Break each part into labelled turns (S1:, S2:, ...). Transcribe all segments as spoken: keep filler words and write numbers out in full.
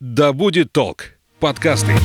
S1: Да будет толк. Подкасты.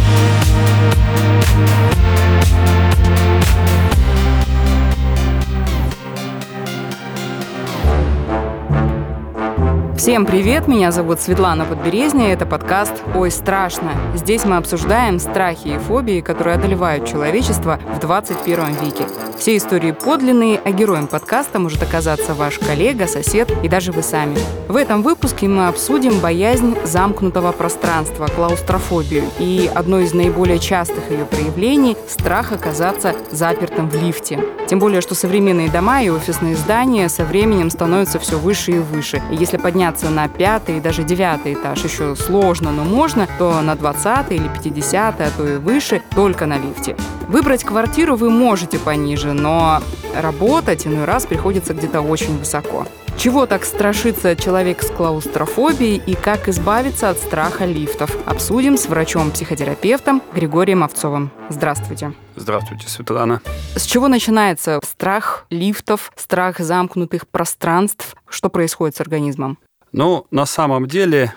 S2: Всем привет, меня зовут Светлана Подберезня, и это подкаст «Ой, страшно». Здесь мы обсуждаем страхи и фобии, которые одолевают человечество в двадцать первом веке. Все истории подлинные, а героем подкаста может оказаться ваш коллега, сосед и даже вы сами. В этом выпуске мы обсудим боязнь замкнутого пространства, клаустрофобию, и одно из наиболее частых ее проявлений – страх оказаться запертым в лифте. Тем более, что современные дома и офисные здания со временем становятся все выше и выше. И если подняться на пятый и даже девятый этаж еще сложно, но можно, то на двадцатый или пятидесятый, а то и выше, только на лифте. Выбрать квартиру вы можете пониже, но работать иной раз приходится где-то очень высоко. Чего так страшится человек с клаустрофобией и как избавиться от страха лифтов? Обсудим с врачом-психотерапевтом Григорием Овцовым. Здравствуйте.
S3: Здравствуйте, Светлана.
S2: С чего начинается страх лифтов, страх замкнутых пространств? Что происходит с организмом?
S3: Ну, на самом деле,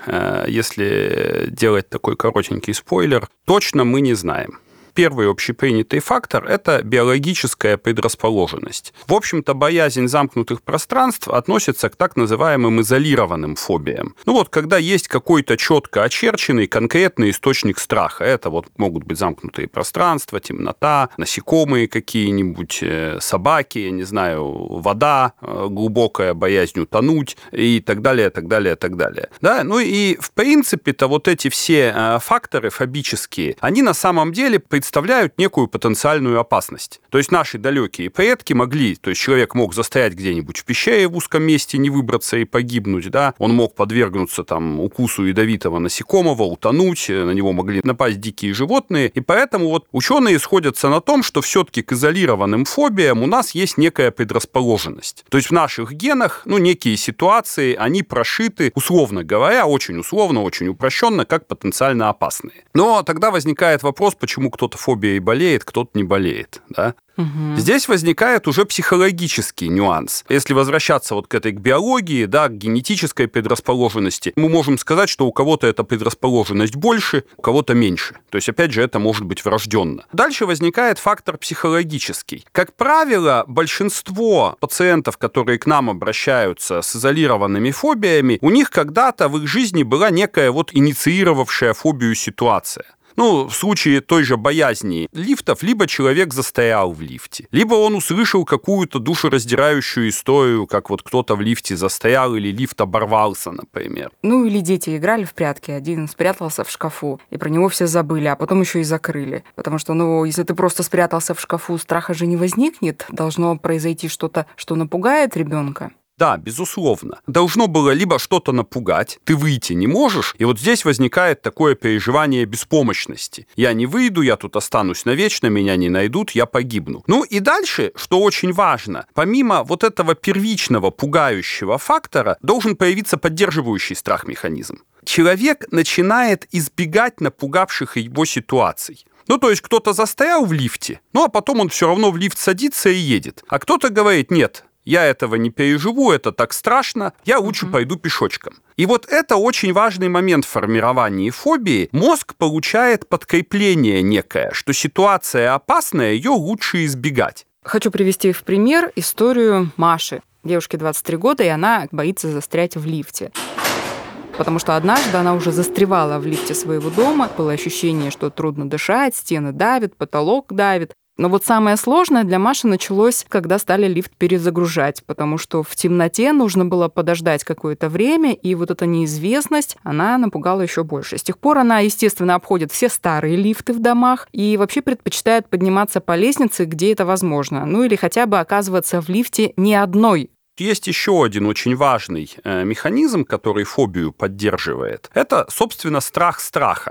S3: если делать такой коротенький спойлер, точно мы не знаем. Первый общепринятый фактор – это биологическая предрасположенность. В общем-то, боязнь замкнутых пространств относится к так называемым изолированным фобиям. Ну вот, когда есть какой-то четко очерченный конкретный источник страха. Это вот могут быть замкнутые пространства, темнота, насекомые какие-нибудь, собаки, я не знаю, вода, глубокая боязнь утонуть и так далее, так далее, так далее. Да? Ну и, в принципе-то, вот эти все факторы фобические, они на самом деле представляют некую потенциальную опасность. То есть наши далекие предки могли, то есть человек мог застрять где-нибудь в пещере в узком месте, не выбраться и погибнуть, да, он мог подвергнуться там укусу ядовитого насекомого, утонуть, на него могли напасть дикие животные, и поэтому вот ученые сходятся на том, что все-таки к изолированным фобиям у нас есть некая предрасположенность. То есть в наших генах, ну, некие ситуации, они прошиты, условно говоря, очень условно, очень упрощенно, как потенциально опасные. Но тогда возникает вопрос, почему кто-то фобией болеет, кто-то не болеет, да? Угу. Здесь возникает уже психологический нюанс. Если возвращаться вот к этой к биологии, да, к генетической предрасположенности, мы можем сказать, что у кого-то эта предрасположенность больше, у кого-то меньше. То есть, опять же, это может быть врожденно. Дальше возникает фактор психологический. Как правило, большинство пациентов, которые к нам обращаются с изолированными фобиями, у них когда-то в их жизни была некая вот инициировавшая фобию ситуация. Ну, в случае той же боязни лифтов, либо человек застрял в лифте, либо он услышал какую-то душераздирающую историю, как вот кто-то в лифте застрял или лифт оборвался, например.
S2: Ну, или дети играли в прятки, один спрятался в шкафу, и про него все забыли, а потом еще и закрыли. Потому что, ну, если ты просто спрятался в шкафу, страха же не возникнет, должно произойти что-то, что напугает ребенка.
S3: Да, безусловно. Должно было либо что-то напугать, ты выйти не можешь, и вот здесь возникает такое переживание беспомощности. Я не выйду, я тут останусь навечно, меня не найдут, я погибну. Ну и дальше, что очень важно, помимо вот этого первичного пугающего фактора, должен появиться поддерживающий страх механизм. Человек начинает избегать напугавших его ситуаций. Ну, то есть кто-то застрял в лифте, ну, а потом он все равно в лифт садится и едет. А кто-то говорит, нет, я этого не переживу, это так страшно, я лучше uh-huh. пойду пешочком. И вот это очень важный момент в формировании фобии. Мозг получает подкрепление некое, что ситуация опасная, ее лучше избегать.
S2: Хочу привести в пример историю Маши. Девушке двадцать три года, и она боится застрять в лифте. Потому что однажды она уже застревала в лифте своего дома, было ощущение, что трудно дышать, стены давят, потолок давит. Но вот самое сложное для Маши началось, когда стали лифт перезагружать, потому что в темноте нужно было подождать какое-то время, и вот эта неизвестность, она напугала еще больше. С тех пор она, естественно, обходит все старые лифты в домах и вообще предпочитает подниматься по лестнице, где это возможно, ну или хотя бы оказываться в лифте не одной.
S3: Есть еще один очень важный механизм, который фобию поддерживает. Это, собственно, страх страха.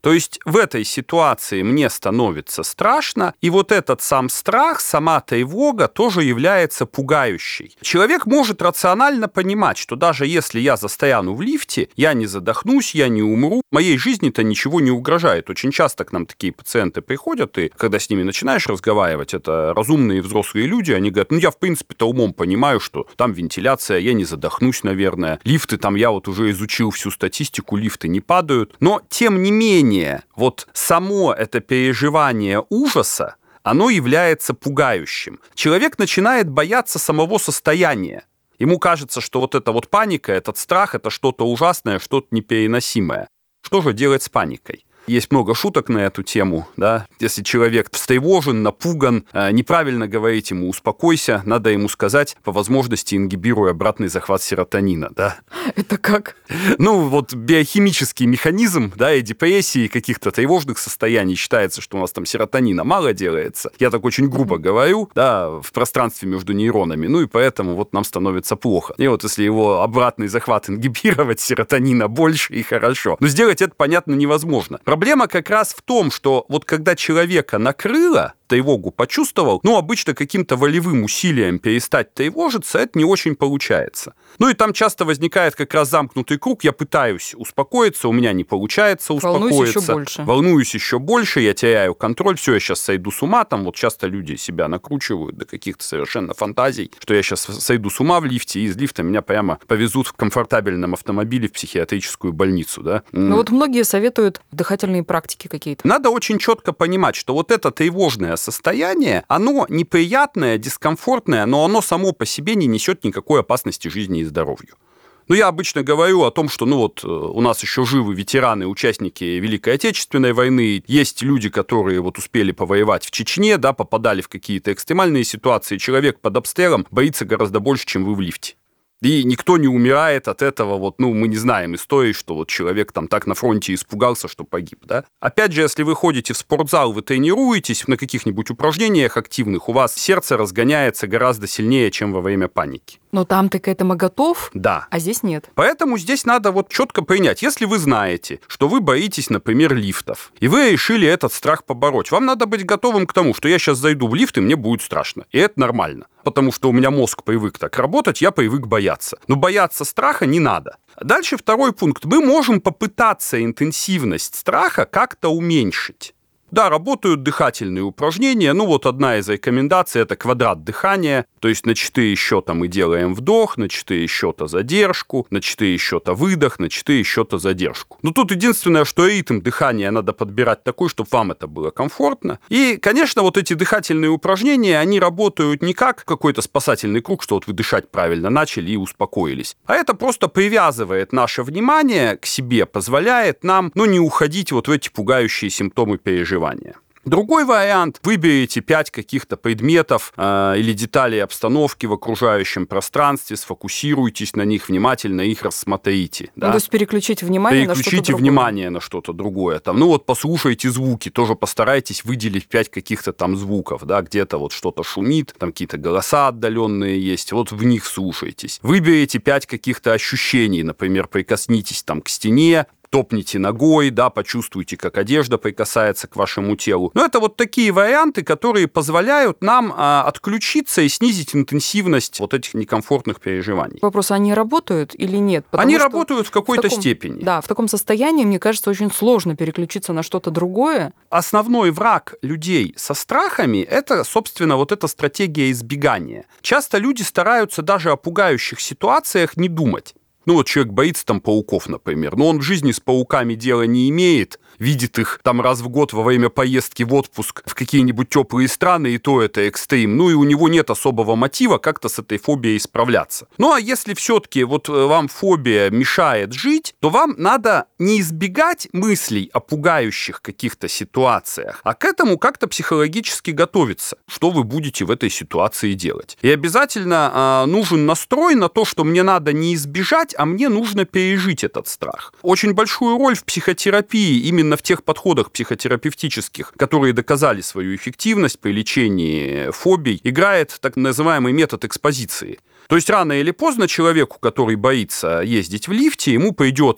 S3: То есть в этой ситуации мне становится страшно, и вот этот сам страх, сама тревога тоже является пугающей. Человек может рационально понимать, что даже если я застряну в лифте, я не задохнусь, я не умру, моей жизни-то ничего не угрожает. Очень часто к нам такие пациенты приходят, и когда с ними начинаешь разговаривать, это разумные взрослые люди, они говорят, ну я в принципе-то умом понимаю, что там вентиляция, я не задохнусь, наверное, лифты там, я вот уже изучил всю статистику, лифты не падают, но тем не менее, вот само это переживание ужаса, оно является пугающим. Человек начинает бояться самого состояния. Ему кажется, что вот эта вот паника, этот страх, это что-то ужасное, что-то непереносимое. Что же делать с паникой? Есть много шуток на эту тему, да. Если человек встревожен, напуган, неправильно говорить ему «успокойся», надо ему сказать, по возможности ингибируя обратный захват серотонина, да.
S2: Это как?
S3: Ну, вот биохимический механизм, да, и депрессии, и каких-то тревожных состояний считается, что у нас там серотонина мало делается. Я так очень грубо говорю, да, в пространстве между нейронами, ну и поэтому вот нам становится плохо. И вот если его обратный захват ингибировать, серотонина больше и хорошо. Но сделать это, понятно, невозможно. Проблема как раз в том, что вот когда человека накрыло, тревогу почувствовал, ну, обычно каким-то волевым усилием перестать тревожиться, это не очень получается. Ну, и там часто возникает как раз замкнутый круг, я пытаюсь успокоиться, у меня не получается успокоиться.
S2: Волнуюсь еще больше.
S3: Волнуюсь еще больше, я теряю контроль, все, я сейчас сойду с ума, там вот часто люди себя накручивают до каких-то совершенно фантазий, что я сейчас сойду с ума в лифте, и из лифта меня прямо повезут в комфортабельном автомобиле в психиатрическую больницу, да.
S2: Ну, вот многие советуют дыхательные практики какие-то.
S3: Надо очень четко понимать, что вот это тревожное состояние, оно неприятное, дискомфортное, но оно само по себе не несет никакой опасности жизни и здоровью. Ну, я обычно говорю о том, что, ну, вот у нас еще живы ветераны, участники Великой Отечественной войны, есть люди, которые вот успели повоевать в Чечне, да, попадали в какие-то экстремальные ситуации, человек под обстрелом боится гораздо больше, чем вы в лифте. И никто не умирает от этого, вот, ну, мы не знаем истории, что вот человек там так на фронте испугался, что погиб, да. Опять же, если вы ходите в спортзал, вы тренируетесь на каких-нибудь упражнениях активных, у вас сердце разгоняется гораздо сильнее, чем во время паники.
S2: Но там ты к этому готов,
S3: да.
S2: А здесь нет.
S3: Поэтому здесь надо вот четко принять. Если вы знаете, что вы боитесь, например, лифтов, и вы решили этот страх побороть, вам надо быть готовым к тому, что я сейчас зайду в лифт, и мне будет страшно. И это нормально. Потому что у меня мозг привык так работать, я привык бояться. Но бояться страха не надо. Дальше второй пункт. Мы можем попытаться интенсивность страха как-то уменьшить. Да, работают дыхательные упражнения. Ну, вот одна из рекомендаций – это квадрат дыхания. То есть на четыре счета мы делаем вдох, на четыре счета задержку, на четыре счета выдох, на четыре счета задержку. Но тут единственное, что ритм дыхания надо подбирать такой, чтобы вам это было комфортно. И, конечно, вот эти дыхательные упражнения, они работают не как какой-то спасательный круг, что вот вы дышать правильно начали и успокоились. А это просто привязывает наше внимание к себе, позволяет нам, ну, не уходить вот в эти пугающие симптомы переживания. Другой вариант. Выберите пять каких-то предметов э, или деталей обстановки в окружающем пространстве, сфокусируйтесь на них, внимательно их рассмотрите.
S2: Да?
S3: Ну,
S2: то есть переключить внимание на что-то другое.
S3: Переключите внимание на что-то другое. Там, ну вот послушайте звуки, тоже постарайтесь выделить пять каких-то там звуков, да, где-то вот что-то шумит, там какие-то голоса отдаленные есть, вот в них слушайтесь. Выберите пять каких-то ощущений, например, прикоснитесь там к стене, топните ногой, да, почувствуйте, как одежда прикасается к вашему телу. Но это вот такие варианты, которые позволяют нам а, отключиться и снизить интенсивность вот этих некомфортных переживаний.
S2: Вопрос, они работают или нет? Потому
S3: они
S2: что
S3: работают в какой-то
S2: в таком,
S3: степени.
S2: Да, в таком состоянии, мне кажется, очень сложно переключиться на что-то другое.
S3: Основной враг людей со страхами – это, собственно, вот эта стратегия избегания. Часто люди стараются даже о пугающих ситуациях не думать. Ну, вот человек боится там пауков, например, но он в жизни с пауками дела не имеет, видит их там раз в год во время поездки в отпуск в какие-нибудь теплые страны, и то это экстрим. Ну, и у него нет особого мотива как-то с этой фобией справляться. Ну, а если все-таки вот вам фобия мешает жить, то вам надо не избегать мыслей о пугающих каких-то ситуациях, а к этому как-то психологически готовиться, что вы будете в этой ситуации делать. И обязательно э, нужен настрой на то, что мне надо не избежать, а мне нужно пережить этот страх. Очень большую роль в психотерапии, именно в тех подходах психотерапевтических, которые доказали свою эффективность при лечении фобий, играет так называемый метод экспозиции. То есть рано или поздно человеку, который боится ездить в лифте, ему придется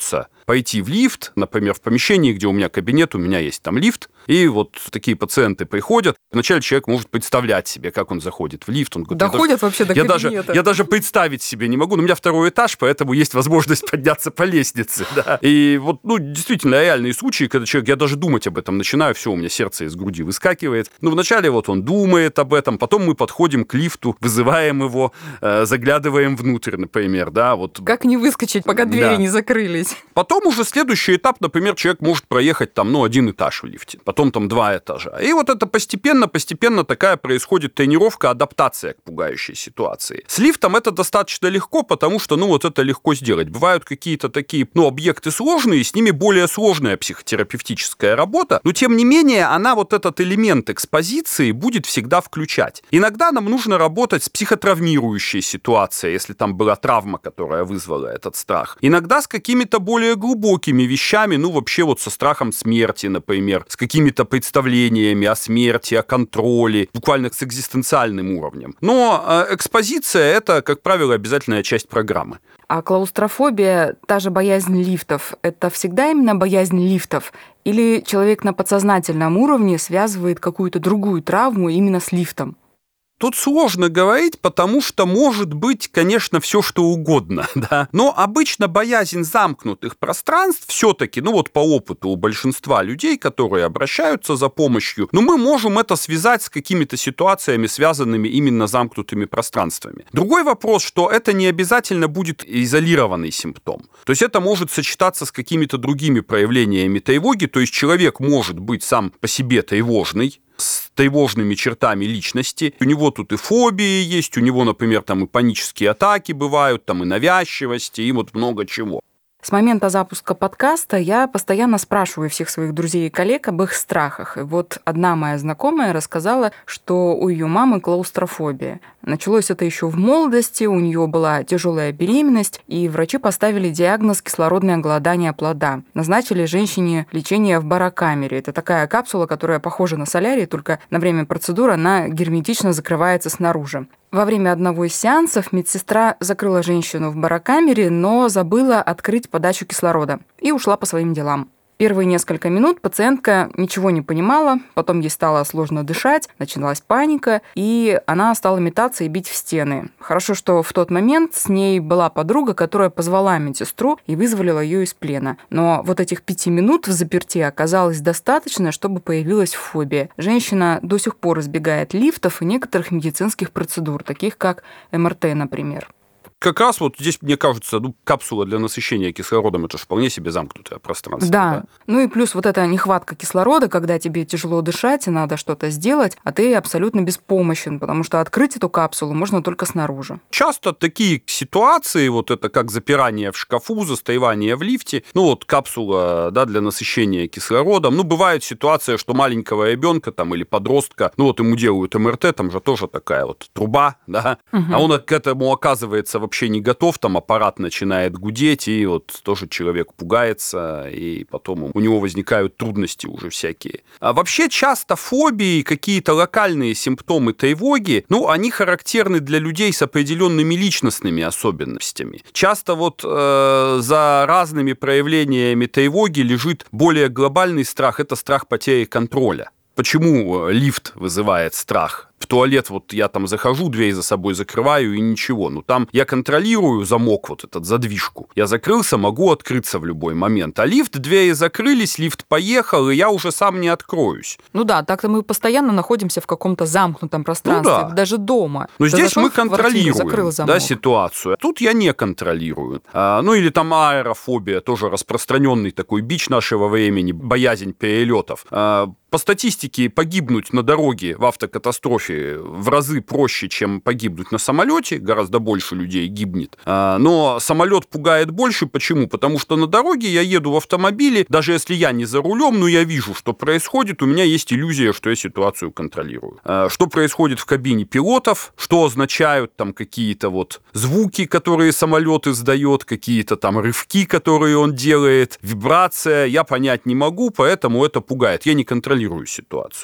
S3: пойти в лифт, например, в помещении, где у меня кабинет, у меня есть там лифт, и вот такие пациенты приходят. Вначале человек может представлять себе, как он заходит в лифт. Он говорит,
S2: доходят вообще до
S3: я
S2: кабинета.
S3: Даже, я даже представить себе не могу. Но у меня второй этаж, поэтому есть возможность подняться по лестнице. Да. И вот, ну, действительно, реальные случаи, когда человек, я даже думать об этом начинаю, все, у меня сердце из груди выскакивает. Ну, вначале вот он думает об этом, потом мы подходим к лифту, вызываем его, э, заглядываем внутрь, например, да, вот.
S2: Как не выскочить, пока двери
S3: да.
S2: не закрылись?
S3: Потом уже следующий этап, например, человек может проехать там, ну, один этаж в лифте, потом там два этажа. И вот это постепенно, постепенно такая происходит тренировка, адаптация к пугающей ситуации. С лифтом это достаточно легко, потому что, ну, вот это легко сделать. Бывают какие-то такие, ну, объекты сложные, с ними более сложная психотерапевтическая работа, но, тем не менее, она вот этот элемент экспозиции будет всегда включать. Иногда нам нужно работать с психотравмирующей ситуацией, если там была травма, которая вызвала этот страх. Иногда с какими-то более глубокими вещами, ну, вообще вот со страхом смерти, например, с какими-то представлениями о смерти, о контроле, буквально с экзистенциальным уровнем. Но экспозиция – это, как правило, обязательная часть программы.
S2: А клаустрофобия, та же боязнь лифтов, это всегда именно боязнь лифтов? Или человек на подсознательном уровне связывает какую-то другую травму именно с лифтом?
S3: Тут сложно говорить, потому что может быть, конечно, все что угодно, да. Но обычно боязнь замкнутых пространств все-таки, ну вот по опыту у большинства людей, которые обращаются за помощью, ну мы можем это связать с какими-то ситуациями, связанными именно с замкнутыми пространствами. Другой вопрос, что это не обязательно будет изолированный симптом. То есть это может сочетаться с какими-то другими проявлениями тревоги, то есть человек может быть сам по себе тревожный, с тревожными чертами личности. У него тут и фобии есть, у него, например, там и панические атаки бывают, там и навязчивости, и вот много чего.
S2: С момента запуска подкаста я постоянно спрашиваю всех своих друзей и коллег об их страхах. И вот одна моя знакомая рассказала, что у ее мамы клаустрофобия. Началось это еще в молодости, у нее была тяжелая беременность, и врачи поставили диагноз кислородное голодание плода. Назначили женщине лечение в барокамере. Это такая капсула, которая похожа на солярий, только на время процедуры она герметично закрывается снаружи. Во время одного из сеансов медсестра закрыла женщину в барокамере, но забыла открыть подачу кислорода и ушла по своим делам. Первые несколько минут пациентка ничего не понимала, потом ей стало сложно дышать, началась паника, и она стала метаться и бить в стены. Хорошо, что в тот момент с ней была подруга, которая позвала медсестру и вызволила ее из плена. Но вот этих пяти минут в заперти оказалось достаточно, чтобы появилась фобия. Женщина до сих пор избегает лифтов и некоторых медицинских процедур, таких как эм эр тэ, например.
S3: Как раз вот здесь, мне кажется, ну, капсула для насыщения кислородом – это же вполне себе замкнутое пространство.
S2: Да.
S3: да,
S2: ну и плюс вот эта нехватка кислорода, когда тебе тяжело дышать, и надо что-то сделать, а ты абсолютно беспомощен, потому что открыть эту капсулу можно только снаружи.
S3: Часто такие ситуации, вот это как запирание в шкафу, застревание в лифте, ну вот капсула, да, для насыщения кислородом, ну бывает ситуация, что маленького ребенка там или подростка, ну вот ему делают эм эр тэ, там же тоже такая вот труба, да, угу. а он к этому оказывается вообще не готов, там аппарат начинает гудеть, и вот тоже человек пугается, и потом у него возникают трудности уже всякие. А вообще часто фобии, какие-то локальные симптомы тревоги, ну, они характерны для людей с определенными личностными особенностями. Часто вот э, за разными проявлениями тревоги лежит более глобальный страх, это страх потери контроля. Почему лифт вызывает страх? В туалет вот я там захожу, дверь за собой закрываю и ничего. Ну там я контролирую замок, вот этот задвижку. Я закрылся, могу открыться в любой момент. А лифт, двери закрылись, лифт поехал, и я уже сам не откроюсь.
S2: Ну да, так-то мы постоянно находимся в каком-то замкнутом пространстве, ну да. даже дома.
S3: Но
S2: Ты
S3: здесь мы
S2: квартире,
S3: контролируем да, ситуацию. Тут я не контролирую. А, ну или там аэрофобия, тоже распространенный такой бич нашего времени, боязнь перелетов. А, по статистике погибнуть на дороге в автокатастрофе в разы проще, чем погибнуть на самолете, гораздо больше людей гибнет. Но самолет пугает больше. Почему? Потому что на дороге я еду в автомобиле, даже если я не за рулем, но я вижу, что происходит, у меня есть иллюзия, что я ситуацию контролирую. Что происходит в кабине пилотов, что означают там какие-то вот звуки, которые самолет издает, какие-то там рывки, которые он делает, вибрация, я понять не могу, поэтому это пугает. Я не контролирую ситуацию.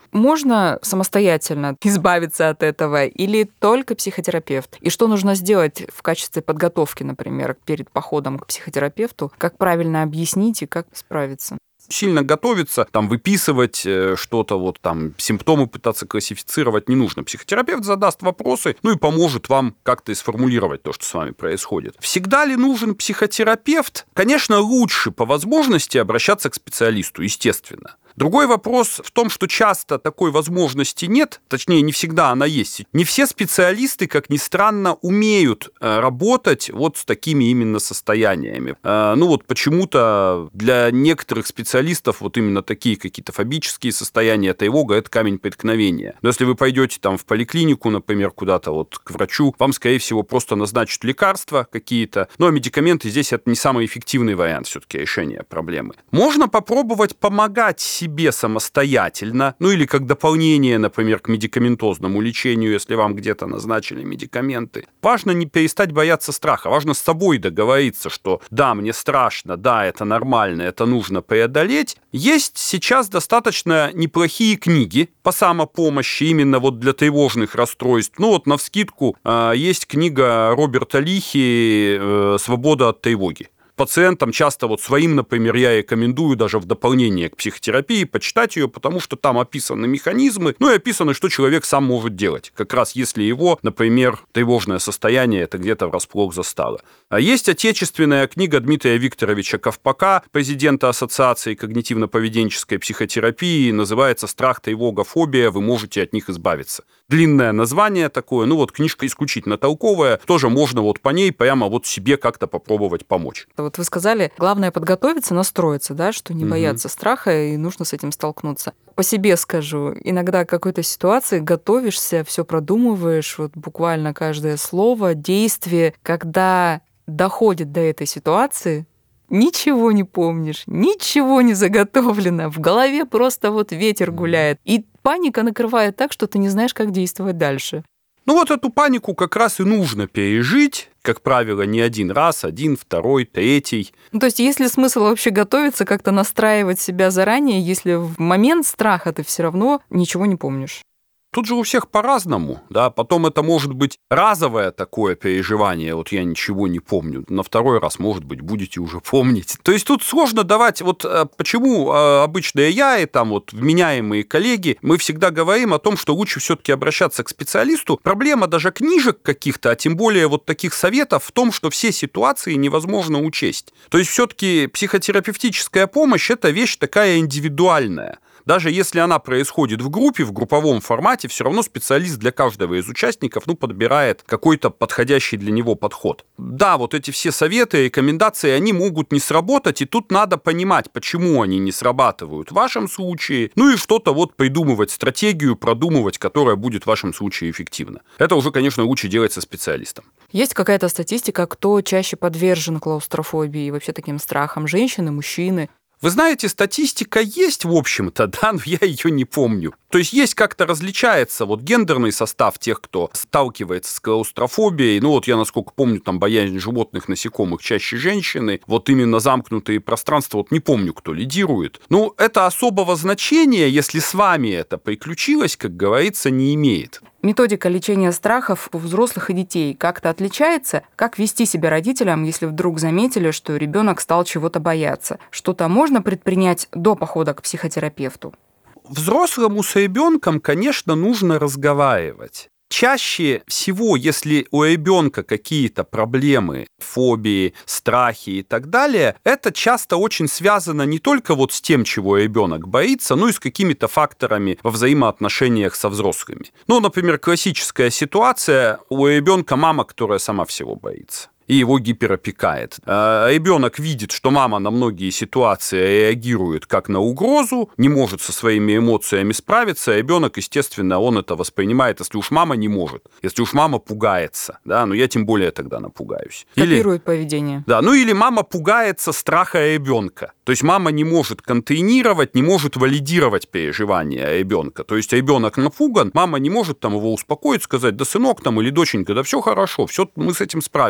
S2: Можно самостоятельно избавиться от этого или только психотерапевт? И что нужно сделать в качестве подготовки, например, перед походом к психотерапевту? Как правильно объяснить и как справиться?
S3: Сильно готовиться, там, выписывать что-то, вот там, симптомы пытаться классифицировать не нужно. Психотерапевт задаст вопросы, ну и поможет вам как-то сформулировать то, что с вами происходит. Всегда ли нужен психотерапевт? Конечно, лучше по возможности обращаться к специалисту, естественно. Другой вопрос в том, что часто такой возможности нет, точнее, не всегда она есть. Не все специалисты, как ни странно, умеют работать вот с такими именно состояниями. Ну вот почему-то для некоторых специалистов вот именно такие какие-то фобические состояния, тревога – это камень преткновения. Но если вы пойдете там в поликлинику, например, куда-то вот к врачу, вам, скорее всего, просто назначат лекарства какие-то, но медикаменты здесь это не самый эффективный вариант все-таки решения проблемы. Можно попробовать помогать себе самостоятельно, ну или как дополнение, например, к медикаментозному лечению, если вам где-то назначили медикаменты. Важно не перестать бояться страха, важно с собой договориться, что да, мне страшно, да, это нормально, это нужно преодолеть. Есть сейчас достаточно неплохие книги по самопомощи именно вот для тревожных расстройств. Ну вот навскидку есть книга Роберта Лихи «Свобода от тревоги». Пациентам часто вот своим, например, я рекомендую даже в дополнение к психотерапии почитать ее, потому что там описаны механизмы, ну и описано, что человек сам может делать, как раз если его, например, тревожное состояние это где-то врасплох застало. А есть отечественная книга Дмитрия Викторовича Ковпака, президента Ассоциации когнитивно-поведенческой психотерапии, называется «Страх, тревога, фобия. Вы можете от них избавиться». Длинное название такое, ну вот книжка исключительно толковая, тоже можно вот по ней прямо вот себе как-то попробовать помочь.
S2: Вот вы сказали, главное подготовиться, настроиться, да, что не бояться угу. страха, и нужно с этим столкнуться. По себе скажу, иногда к какой-то ситуации готовишься, все продумываешь, вот буквально каждое слово, действие, когда доходит до этой ситуации, ничего не помнишь, ничего не заготовлено, в голове просто вот ветер гуляет, и паника накрывает так, что ты не знаешь, как действовать дальше.
S3: Ну вот эту панику как раз и нужно пережить, как правило, не один раз, один, второй, третий.
S2: Ну, то есть есть ли смысл вообще готовиться, как-то настраивать себя заранее, если в момент страха ты все равно ничего не помнишь?
S3: Тут же у всех по-разному, да, потом это может быть разовое такое переживание, вот я ничего не помню, на второй раз, может быть, будете уже помнить. То есть тут сложно давать, вот почему обычно я и там вот вменяемые коллеги, мы всегда говорим о том, что лучше все-таки обращаться к специалисту. Проблема даже книжек каких-то, а тем более вот таких советов в том, что все ситуации невозможно учесть. То есть все-таки психотерапевтическая помощь – это вещь такая индивидуальная. Даже если она происходит в группе, в групповом формате, все равно специалист для каждого из участников ну, подбирает какой-то подходящий для него подход. Да, вот эти все советы, рекомендации, они могут не сработать, и тут надо понимать, почему они не срабатывают в вашем случае, ну и что-то вот придумывать, стратегию продумывать, которая будет в вашем случае эффективна. Это уже, конечно, лучше делать со специалистом.
S2: Есть какая-то статистика, кто чаще подвержен клаустрофобии и вообще таким страхам? Женщины, мужчины?
S3: Вы знаете, статистика есть, в общем-то, да, но я ее не помню. То есть есть как-то различается вот гендерный состав тех, кто сталкивается с клаустрофобией. Ну вот я, насколько помню, там боязнь животных, насекомых чаще женщины. Вот именно замкнутые пространства, вот не помню, кто лидирует. Ну, это особого значения, если с вами это приключилось, как говорится, не имеет.
S2: Методика лечения страхов у взрослых и детей как-то отличается? Как вести себя родителям, если вдруг заметили, что ребенок стал чего-то бояться? Что-то можно предпринять до похода к психотерапевту?
S3: Взрослому с ребенком, конечно, нужно разговаривать. Чаще всего, если у ребенка какие-то проблемы, фобии, страхи и так далее, это часто очень связано не только вот с тем, чего ребенок боится, но и с какими-то факторами во взаимоотношениях со взрослыми. Ну, например, классическая ситуация: у ребенка мама, которая сама всего боится и его гиперопекает. Ребенок видит, что мама на многие ситуации реагирует как на угрозу, не может со своими эмоциями справиться. Ребенок, естественно, он это воспринимает, если уж мама не может, если уж мама пугается, да, ну я тем более тогда напугаюсь.
S2: Копирует поведение.
S3: Да, ну или мама пугается страха ребенка. То есть мама не может контейнировать, не может валидировать переживания ребенка. То есть ребенок напуган, мама не может там его успокоить, сказать: да, сынок там или доченька, да все хорошо, все, мы с этим справимся.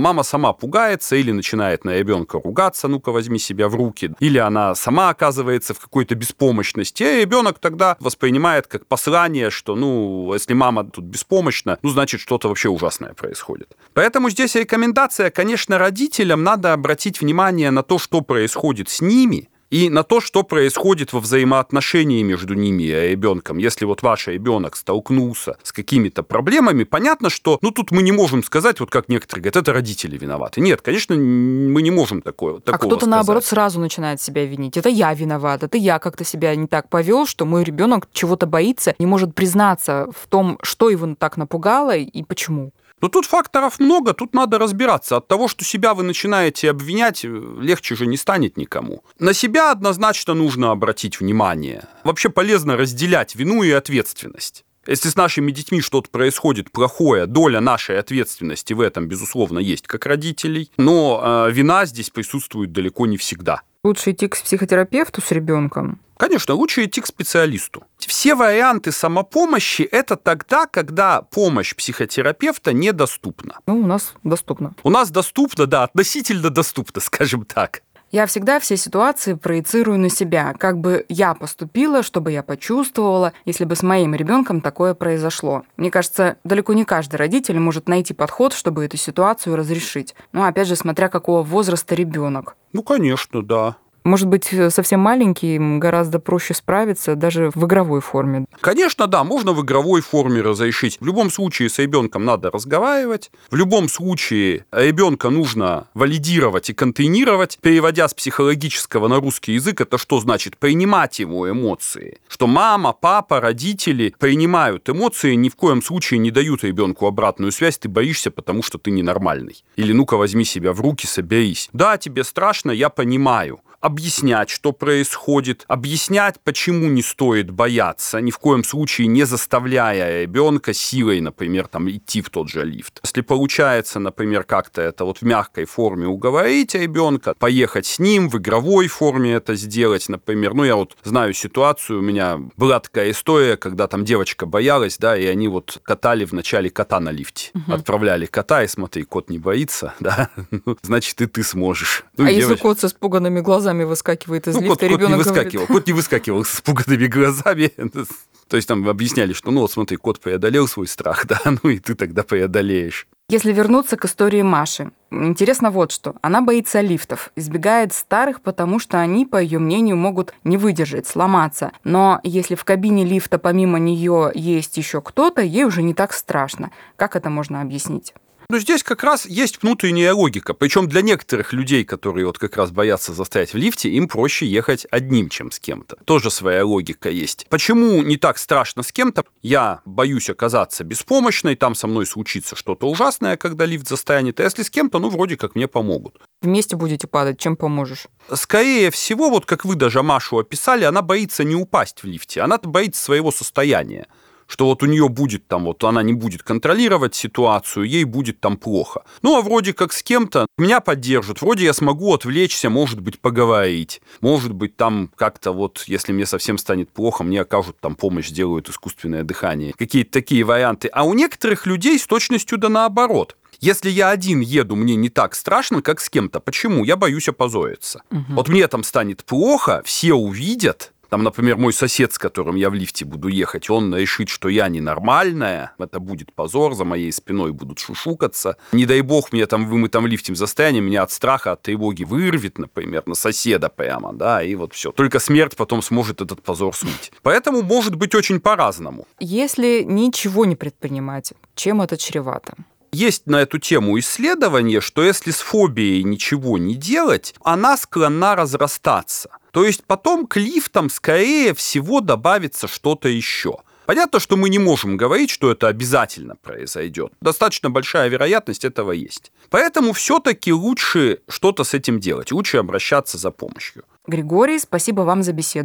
S3: мама сама пугается или начинает на ребенка ругаться, ну-ка возьми себя в руки, или она сама оказывается в какой-то беспомощности, и ребенок тогда воспринимает как послание, что, ну, если мама тут беспомощна, ну, значит, что-то вообще ужасное происходит. Поэтому здесь рекомендация, конечно, родителям надо обратить внимание на то, что происходит с ними, и на то, что происходит во взаимоотношении между ними и ребенком. Если вот ваш ребенок столкнулся с какими-то проблемами, понятно, что, ну, тут мы не можем сказать, вот как некоторые говорят, это родители виноваты. Нет, конечно, мы не можем такое, такого
S2: А кто-то,
S3: сказать.
S2: наоборот, сразу начинает себя винить. Это я виноват, это я как-то себя не так повел, что мой ребенок чего-то боится, не может признаться в том, что его так напугало и почему.
S3: Но тут факторов много, тут надо разбираться. От того, что себя вы начинаете обвинять, легче же не станет никому. На себя однозначно нужно обратить внимание. Вообще полезно разделять вину и ответственность. Если с нашими детьми что-то происходит плохое, доля нашей ответственности в этом, безусловно, есть как родителей, но э, вина здесь присутствует далеко не всегда.
S2: Лучше идти к психотерапевту с ребенком?
S3: Конечно, лучше идти к специалисту. Все варианты самопомощи – это тогда, когда помощь психотерапевта недоступна.
S2: Ну, у нас доступно.
S3: У нас доступно, да, относительно доступно, скажем так.
S2: Я всегда все ситуации проецирую на себя. Как бы я поступила, что бы я почувствовала, если бы с моим ребенком такое произошло. Мне кажется, далеко не каждый родитель может найти подход, чтобы эту ситуацию разрешить. Ну, опять же, смотря какого возраста ребенок.
S3: Ну, конечно, да.
S2: Может быть, совсем маленький, им гораздо проще справиться даже в игровой форме.
S3: Конечно, да, можно в игровой форме разрешить. В любом случае с ребенком надо разговаривать. В любом случае ребенка нужно валидировать и контейнировать. Переводя с психологического на русский язык, это что значит? Принимать его эмоции. Что мама, папа, родители принимают эмоции, ни в коем случае не дают ребенку обратную связь. Ты боишься, потому что ты ненормальный. Или ну-ка возьми себя в руки, соберись. Да, тебе страшно, я понимаю. Объяснять, что происходит, объяснять, почему не стоит бояться, ни в коем случае не заставляя ребенка силой, например, там, идти в тот же лифт. Если получается, например, как-то это вот в мягкой форме уговорить ребенка, поехать с ним, в игровой форме это сделать, например. Ну, я вот знаю ситуацию, у меня была такая история, когда там девочка боялась, да, и они вот катали вначале кота на лифте. Угу. Отправляли кота, и смотри, кот не боится, да, значит, и ты сможешь. Ну,
S2: а
S3: и
S2: если
S3: девочка...
S2: кот со испуганными глазами выскакивает из
S3: ну,
S2: лифта,
S3: кот,
S2: ребенок
S3: кот не
S2: говорит...
S3: выскакивал, кот не выскакивал с испуганными глазами. То есть там объясняли, что, ну вот смотри, кот преодолел свой страх, да, ну и ты тогда преодолеешь.
S2: Если вернуться к истории Маши, интересно вот что. Она боится лифтов, избегает старых, потому что они, по ее мнению, могут не выдержать, сломаться. Но если в кабине лифта помимо нее есть еще кто-то, ей уже не так страшно. Как это можно объяснить?
S3: Ну, здесь как раз есть внутренняя логика. Причем для некоторых людей, которые вот как раз боятся застрять в лифте, им проще ехать одним, чем с кем-то. Тоже своя логика есть. Почему не так страшно с кем-то? Я боюсь оказаться беспомощной, там со мной случится что-то ужасное, когда лифт застанет. А если с кем-то, ну, вроде как мне помогут.
S2: Вместе будете падать, чем поможешь?
S3: Скорее всего, вот как вы даже Машу описали, она боится не упасть в лифте. Она-то боится своего состояния. Что вот у нее будет там, вот она не будет контролировать ситуацию, ей будет там плохо. Ну, а вроде как с кем-то меня поддержат, вроде я смогу отвлечься, может быть, поговорить. Может быть, там как-то вот, если мне совсем станет плохо, мне окажут там помощь, сделают искусственное дыхание. Какие-то такие варианты. А у некоторых людей с точностью да наоборот. Если я один еду, мне не так страшно, как с кем-то. Почему? Я боюсь опозориться. Угу. Вот мне там станет плохо, все увидят. Там, например, мой сосед, с которым я в лифте буду ехать, он решит, что я ненормальная, это будет позор, за моей спиной будут шушукаться. Не дай бог, мне там, мы там в лифте застрянем, меня от страха, от тревоги вырвет, например, на соседа прямо, да, и вот все. Только смерть потом сможет этот позор смыть. Поэтому может быть очень по-разному.
S2: Если ничего не предпринимать, чем это чревато?
S3: Есть на эту тему исследование, что если с фобией ничего не делать, она склонна разрастаться. То есть потом к лифтам, скорее всего, добавится что-то еще. Понятно, что мы не можем говорить, что это обязательно произойдет. Достаточно большая вероятность этого есть. Поэтому все-таки лучше что-то с этим делать, лучше обращаться за помощью.
S2: Григорий, спасибо вам за беседу.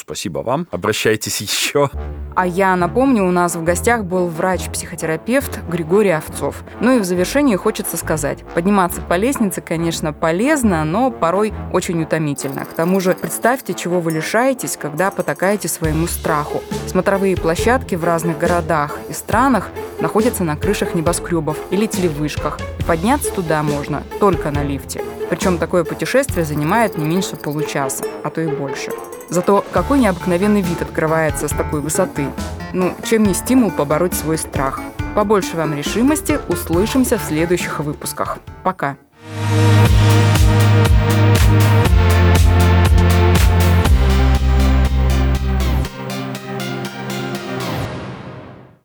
S3: спасибо вам. Обращайтесь еще.
S2: А я напомню, у нас в гостях был врач-психотерапевт Григорий Овцов. Ну и в завершении хочется сказать, подниматься по лестнице, конечно, полезно, но порой очень утомительно. К тому же представьте, чего вы лишаетесь, когда потакаете своему страху. Смотровые площадки в разных городах и странах находятся на крышах небоскребов или телевышках, и подняться туда можно только на лифте. Причем такое путешествие занимает не меньше получаса, а то и больше. Зато какой необыкновенный вид открывается с такой высоты. Ну, чем не стимул побороть свой страх. Побольше вам решимости, услышимся в следующих выпусках. Пока!